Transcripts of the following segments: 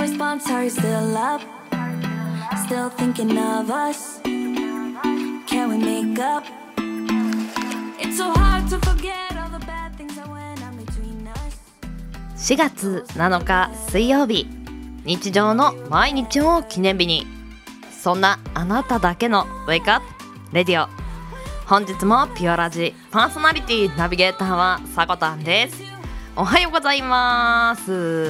response, are you still up? Still thinking of us? Can we make up? It's so hard to forget all the bad things that went on between us. 4月7日水曜日、日常の毎日を記念日に、そんなあなただけのウェイクアップレディオ。本日もピオラジパーソナリティナビゲーターはさこたんです。おはようございます。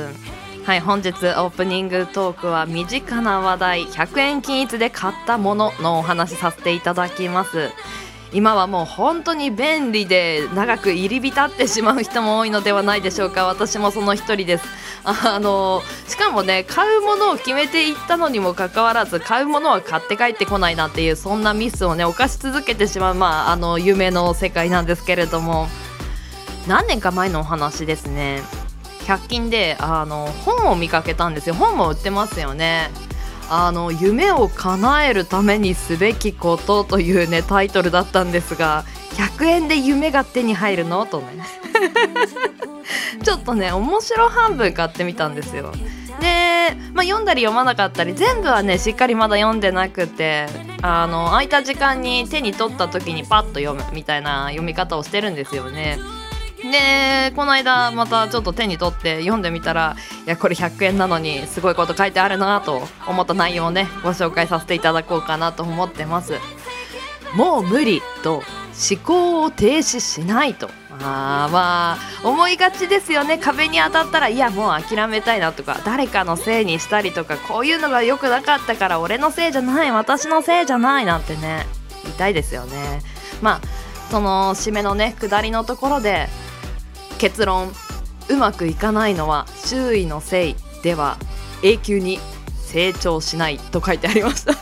はい、本日オープニングトークは身近な話題、100円均一で買ったもののお話しさせていただきます。今はもう本当に便利で長く入り浸ってしまう人も多いのではないでしょうか。私もその一人です。しかもね、買うものを決めていったのにもかかわらず、買うものは買って帰ってこないなっていう、そんなミスをね犯し続けてしまう、夢の世界なんですけれども、何年か前のお話ですね。100均で本を見かけたんですよ。本も売ってますよね。夢を叶えるためにすべきことというねタイトルだったんですが、100円で夢が手に入るのとねちょっとね面白半分買ってみたんですよ。で、読んだり読まなかったり、全部はねしっかりまだ読んでなくて、空いた時間に手に取った時にパッと読むみたいな読み方をしてるんですよね。で、この間またちょっと手に取って読んでみたら、いやこれ100円なのにすごいこと書いてあるなと思った内容をねご紹介させていただこうかなと思ってます。もう無理と思考を停止しないと、思いがちですよね。壁に当たったらいやもう諦めたいなとか、誰かのせいにしたりとか、こういうのが良くなかったから俺のせいじゃない、私のせいじゃないなんてね言いたいですよね。その締めのね下りのところで、結論、うまくいかないのは周囲のせいでは永久に成長しないと書いてありました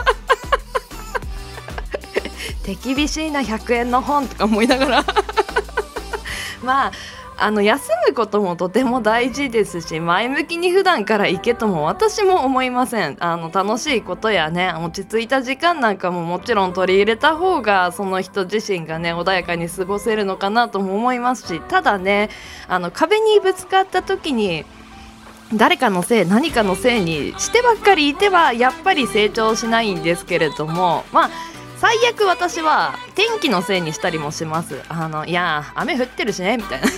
手厳しいな100円の本とか思いながら休むこともとても大事ですし、前向きに普段から行けとも私も思いません。楽しいことやね、落ち着いた時間なんかももちろん取り入れた方がその人自身がね穏やかに過ごせるのかなとも思いますし、ただね壁にぶつかった時に誰かのせい、何かのせいにしてばっかりいてはやっぱり成長しないんですけれども、最悪私は天気のせいにしたりもします。いや雨降ってるしねみたいな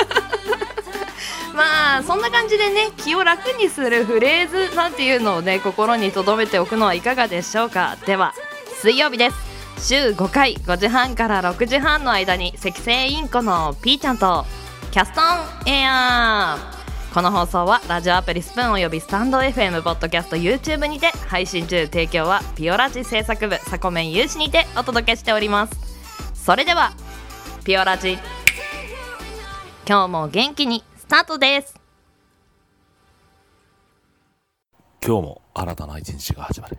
そんな感じでね気を楽にするフレーズなんていうのをね心に留めておくのはいかがでしょうか。では水曜日です。週5回5時半から6時半の間に赤星インコのピーちゃんとキャストンエアー。この放送はラジオアプリスプーンおよびスタンド FM、ポッドキャスト、YouTube にて配信中。提供はピオラジ制作部サコメン有志にてお届けしております。それではピオラジ、今日も元気にスタートです。 今日も新たな一日が始まる。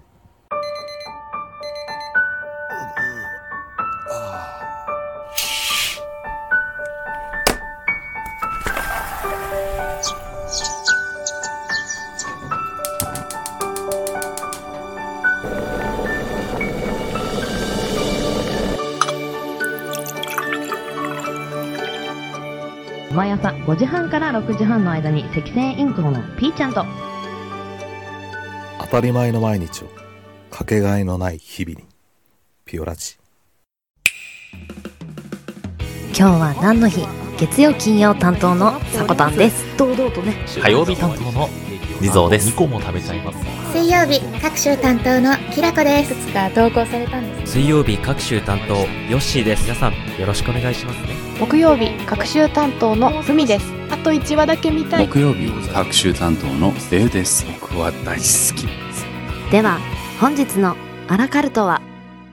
毎朝5時半から6時半の間に赤星インコのピーちゃんと、 当たり前の毎日をかけがえのない日々に、ピオラジ。 今日は何の日？月曜金曜担当のさこたんです。堂々とね。 火曜日担当のリゾーです。2個も食べちゃいます。 水曜日各週担当のきらこです。 いくつか投稿されたんです。 水曜日各週担当ヨッシーです。皆さんよろしくお願いしますね。 木曜日各週担当のふみです。あと1話だけ見たい。 木曜日各週担当のレイです。僕は大好きです。 では本日のアラカルトは、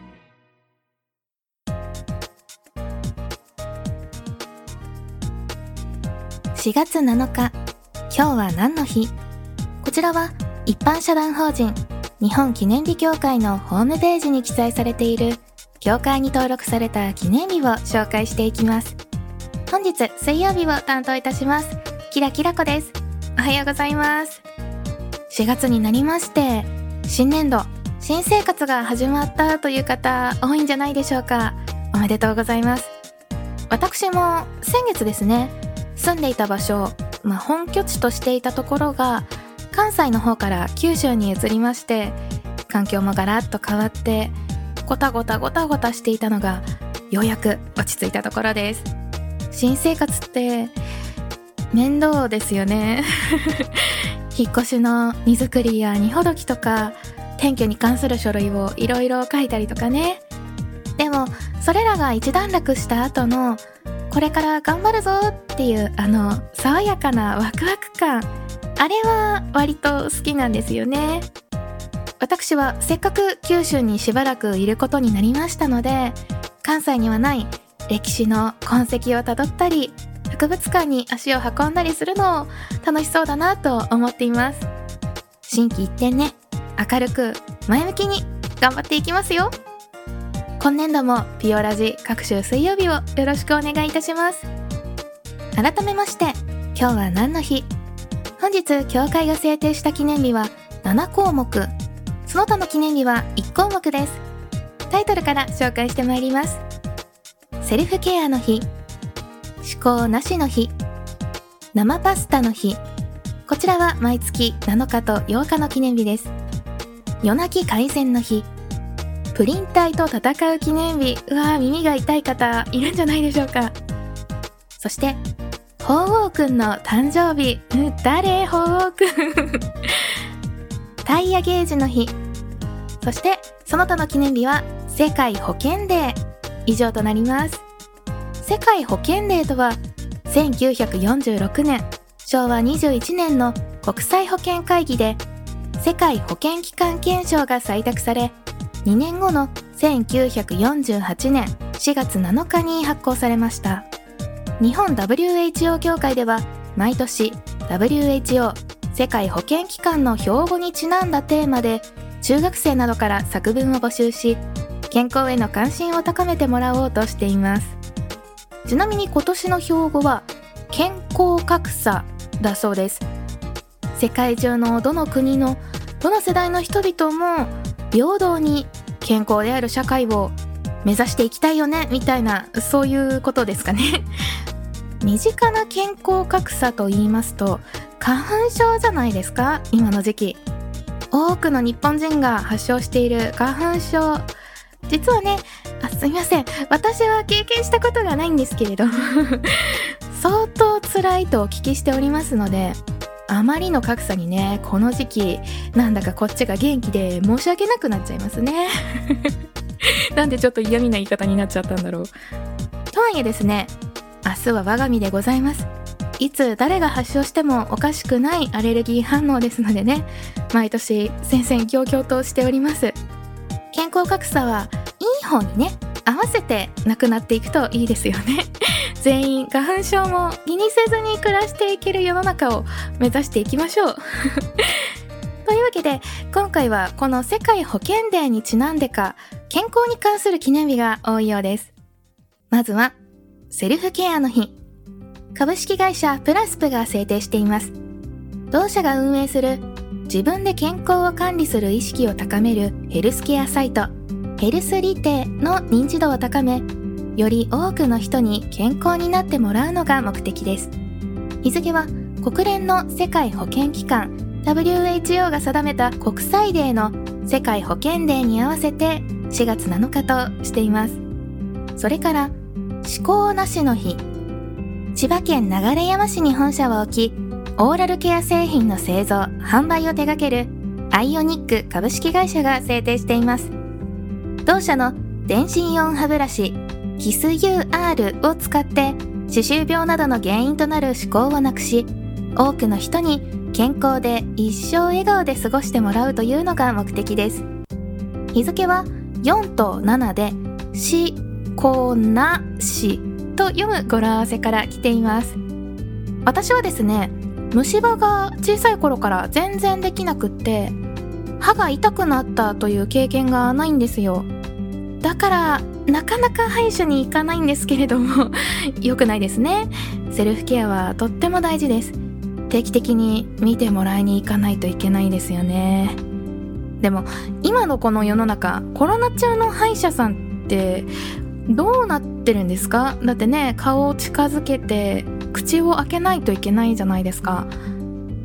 4月7日、今日は何の日？こちらは一般社団法人日本記念日協会のホームページに記載されている協会に登録された記念日を紹介していきます。本日水曜日を担当いたしますきらきらこです。おはようございます。4月になりまして、新年度新生活が始まったという方多いんじゃないでしょうか。おめでとうございます。私も先月ですね、住んでいた場所、本拠地としていたところが関西の方から九州に移りまして、環境もガラッと変わってごたごたしていたのがようやく落ち着いたところです。新生活って面倒ですよね引っ越しの荷造りや荷ほどきとか、転居に関する書類をいろいろ書いたりとかね。でもそれらが一段落した後のこれから頑張るぞっていう爽やかなワクワク感、あれは割と好きなんですよね。私はせっかく九州にしばらくいることになりましたので、関西にはない歴史の痕跡をたどったり、博物館に足を運んだりするのを楽しそうだなと思っています。心機一転ね、明るく前向きに頑張っていきますよ。今年度もピオラジ各週水曜日をよろしくお願いいたします。改めまして、今日は何の日？本日協会が制定した記念日は7項目、その他の記念日は1項目です。タイトルから紹介してまいります。セルフケアの日、思考なしの日、生パスタの日。こちらは毎月7日と8日の記念日です。夜泣き海鮮の日、プリン体と戦う記念日。うわー、耳が痛い方いるんじゃないでしょうか。そして鳳凰くんの誕生日。誰？鳳凰くんタイヤゲージの日。そしてその他の記念日は世界保険デー以上となります。世界保険デーとは1946年昭和21年の国際保険会議で世界保険機関憲章が採択され、2年後の1948年4月7日に発行されました。日本 WHO 協会では毎年 WHO 世界保健機関の標語にちなんだテーマで中学生などから作文を募集し、健康への関心を高めてもらおうとしています。ちなみに今年の標語は健康格差だそうです。世界中のどの国のどの世代の人々も平等に健康である社会を目指していきたいよねみたいな、そういうことですかね身近な健康格差と言いますと花粉症じゃないですか。今の時期多くの日本人が発症している花粉症、実はね、すみません、私は経験したことがないんですけれど相当辛いとお聞きしておりますので、あまりの格差にね、この時期なんだかこっちが元気で申し訳なくなっちゃいますねなんでちょっと嫌味な言い方になっちゃったんだろう。とはいえですね、明日は我が身でございます。いつ誰が発症してもおかしくないアレルギー反応ですのでね、毎年戦々恐々としております。健康格差はいい方にね、合わせてなくなっていくといいですよね全員花粉症も気にせずに暮らしていける世の中を目指していきましょうというわけで、今回はこの世界保健デーにちなんでか健康に関する記念日が多いようです。まずはセルフケアの日、株式会社プラスプが制定しています。同社が運営する自分で健康を管理する意識を高めるヘルスケアサイトヘルスリテの認知度を高め、より多くの人に健康になってもらうのが目的です。日付は国連の世界保健機関 WHO が定めた国際デーの世界保健デーに合わせて4月7日としています。それから思考なしの日、千葉県流山市に本社を置き、オーラルケア製品の製造・販売を手掛けるアイオニック株式会社が制定しています。同社の電子イオン歯ブラシキス UR を使って歯周病などの原因となる歯垢をなくし、多くの人に健康で一生笑顔で過ごしてもらうというのが目的です。日付は4と7でしこなしと読む語呂合わせから来ています。私はですね、虫歯が小さい頃から全然できなくって、歯が痛くなったという経験がないんですよ。だからなかなか歯医者に行かないんですけれども良くないですね。セルフケアはとっても大事です。定期的に見てもらいに行かないといけないですよね。でも今のこの世の中、コロナ中の歯医者さんってどうなってるんですか？だってね、顔を近づけて口を開けないといけないじゃないですか。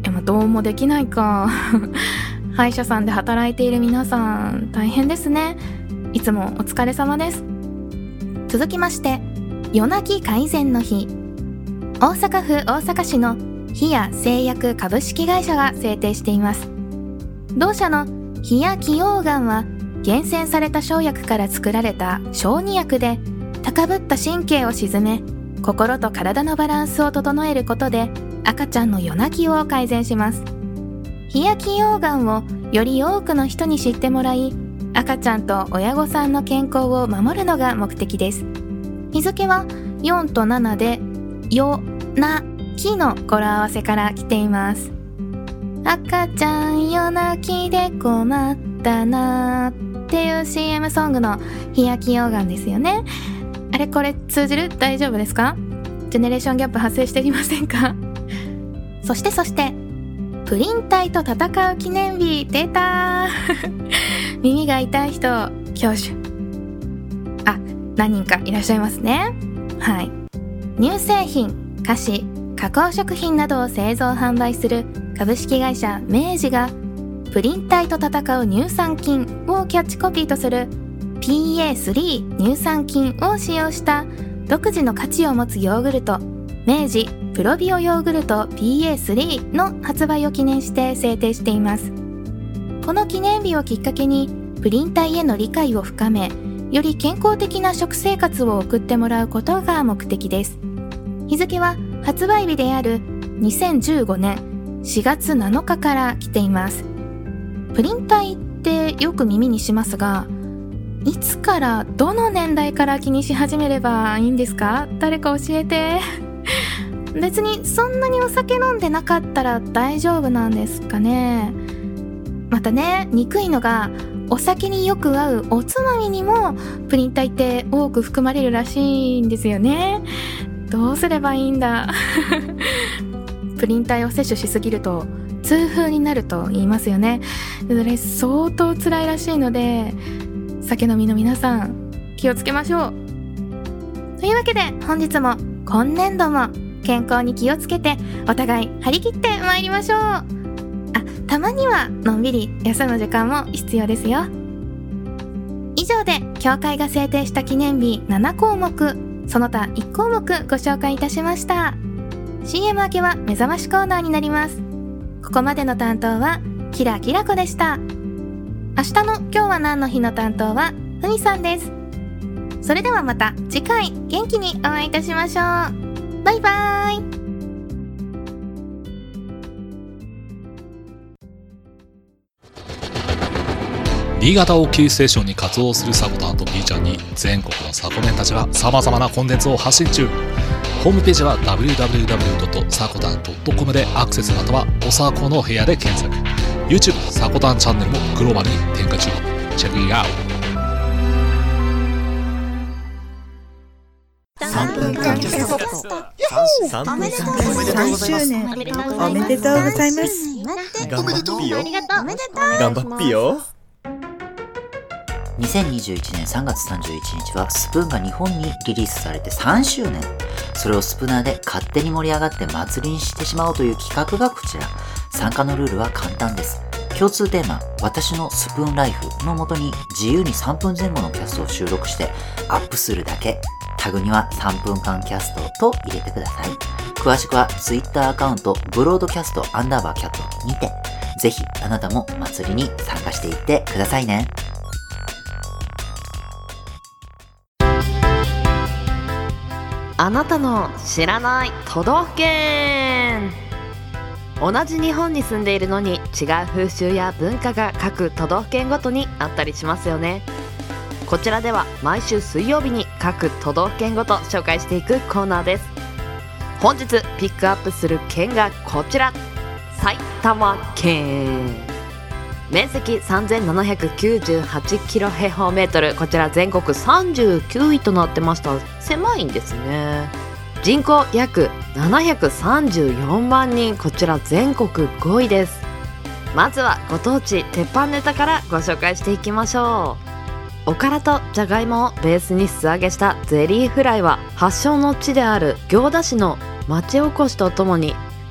どうもできないか歯医者さんで働いている皆さん大変ですね。いつもお疲れ様です。続きまして、夜泣き改善の日。大阪府大阪市のヒヤ製薬株式会社が制定しています。同社のヒヤ起用丸は厳選された生薬から作られた小児薬で、高ぶった神経を鎮め、心と体のバランスを整えることで赤ちゃんの夜泣きを改善します。ヒヤ起用丸をより多くの人に知ってもらい、赤ちゃんと親御さんの健康を守るのが目的です。日付は4と7でよなきの語呂合わせから来ています。赤ちゃん夜泣きで困ったなっていう CM ソングのヒヤ起用丸ですよね。あれこれ通じる？大丈夫ですか？ジェネレーションギャップ発生していませんか？そしてプリン体と戦う記念日出た耳が痛い人挙手。何人かいらっしゃいますね。はい。乳製品、菓子、加工食品などを製造販売する株式会社明治が、プリン体と戦う乳酸菌をキャッチコピーとする PA3 乳酸菌を使用した独自の価値を持つヨーグルト、明治プロビオヨーグルト PA3 の発売を記念して制定しています。この記念日をきっかけにプリン体への理解を深め、より健康的な食生活を送ってもらうことが目的です。日付は発売日である2015年4月7日から来ています。プリン体ってよく耳にしますが、いつからどの年代から気にし始めればいいんですか？誰か教えて別にそんなにお酒飲んでなかったら大丈夫なんですかね。またね、憎いのがお酒によく合うおつまみにもプリン体って多く含まれるらしいんですよね。どうすればいいんだプリン体を摂取しすぎると痛風になると言いますよね。それ相当辛いらしいので、酒飲みの皆さん気をつけましょう。というわけで本日も今年度も健康に気をつけてお互い張り切ってまいりましょう。たまにはのんびり休む時間も必要ですよ。以上で協会が制定した記念日7項目、その他1項目ご紹介いたしました。 CM 明けは目覚ましコーナーになります。ここまでの担当はキラキラ子でした。明日の今日は何の日の担当はふみさんです。それではまた次回元気にお会いいたしましょう。バイバーイ。 新潟をキーステーションに活動するサコタンと B ちゃんに全国のサコメンたちは様々なコンテンツを発信中。ホームページは www.sakotan.com でアクセス、またはおさこの部屋で検索。 YouTube サコタンチャンネルもグローバルに展開中。チェックイットアウト。 3分間キャスト3周年おめでとうございます。 頑張っぴよ。 2021年3月31日はスプーンが日本にリリースされて3周年。それをスプナーで勝手に盛り上がって祭りにしてしまおうという企画がこちら。参加のルールは簡単です。共通テーマ、私のスプーンライフのもとに自由に3分前後のキャストを収録してアップするだけ。タグには3分間キャストと入れてください。詳しくは Twitter アカウントブロードキャスト_キャットにて、ぜひあなたも祭りに参加していってくださいね。 あなたの知らない都道府県。同じ日本に住んでいるのに違う風習や文化が各都道府県ごとにあったりしますよね。こちらでは毎週水曜日に各都道府県ごと紹介していくコーナーです。本日ピックアップする県がこちら、埼玉県。面積3798キロ平方メートル、こちら全国39位となってました。狭いんですね。人口約734万人、こちら全国5位です。まずはご当地鉄板ネタからご紹介していきましょう。おからとじゃがいもをベースに素揚げしたゼリーフライは発祥の地である行田市の町おこしとともに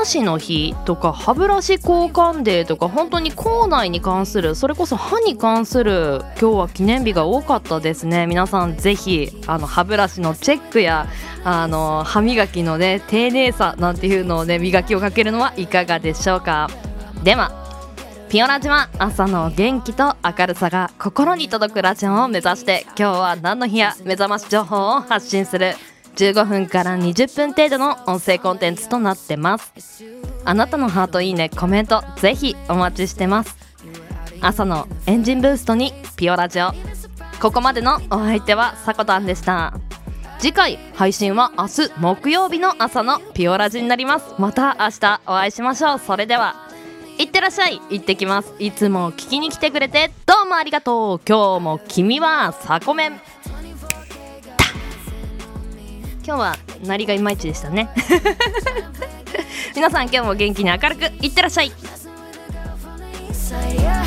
ラシの日とか歯ブラシ交換デーとか、本当に口内に関する、それこそ歯に関する今日は記念日が多かったですね。皆さんぜひ歯ブラシのチェックや歯磨きのね丁寧さなんていうのをね磨きをかけるのはいかがでしょうか。ではピオラジは朝の元気と明るさが心に届くラジオを目指して、今日は何の日や目覚まし情報を発信する15分から20分程度の音声コンテンツとなってます。あなたのハート、いいね、コメントぜひお待ちしてます。朝のエンジンブーストにピオラジオ。ここまでのお相手はさこたんでした。次回配信は明日木曜日の朝のピオラジになります。また明日お会いしましょう。それではいってらっしゃい。行ってきます。いつも聞きに来てくれてどうもありがとう。今日も君はサコメン。今日はなりがいまいちでしたね皆さん今日も元気に明るくいってらっしゃい。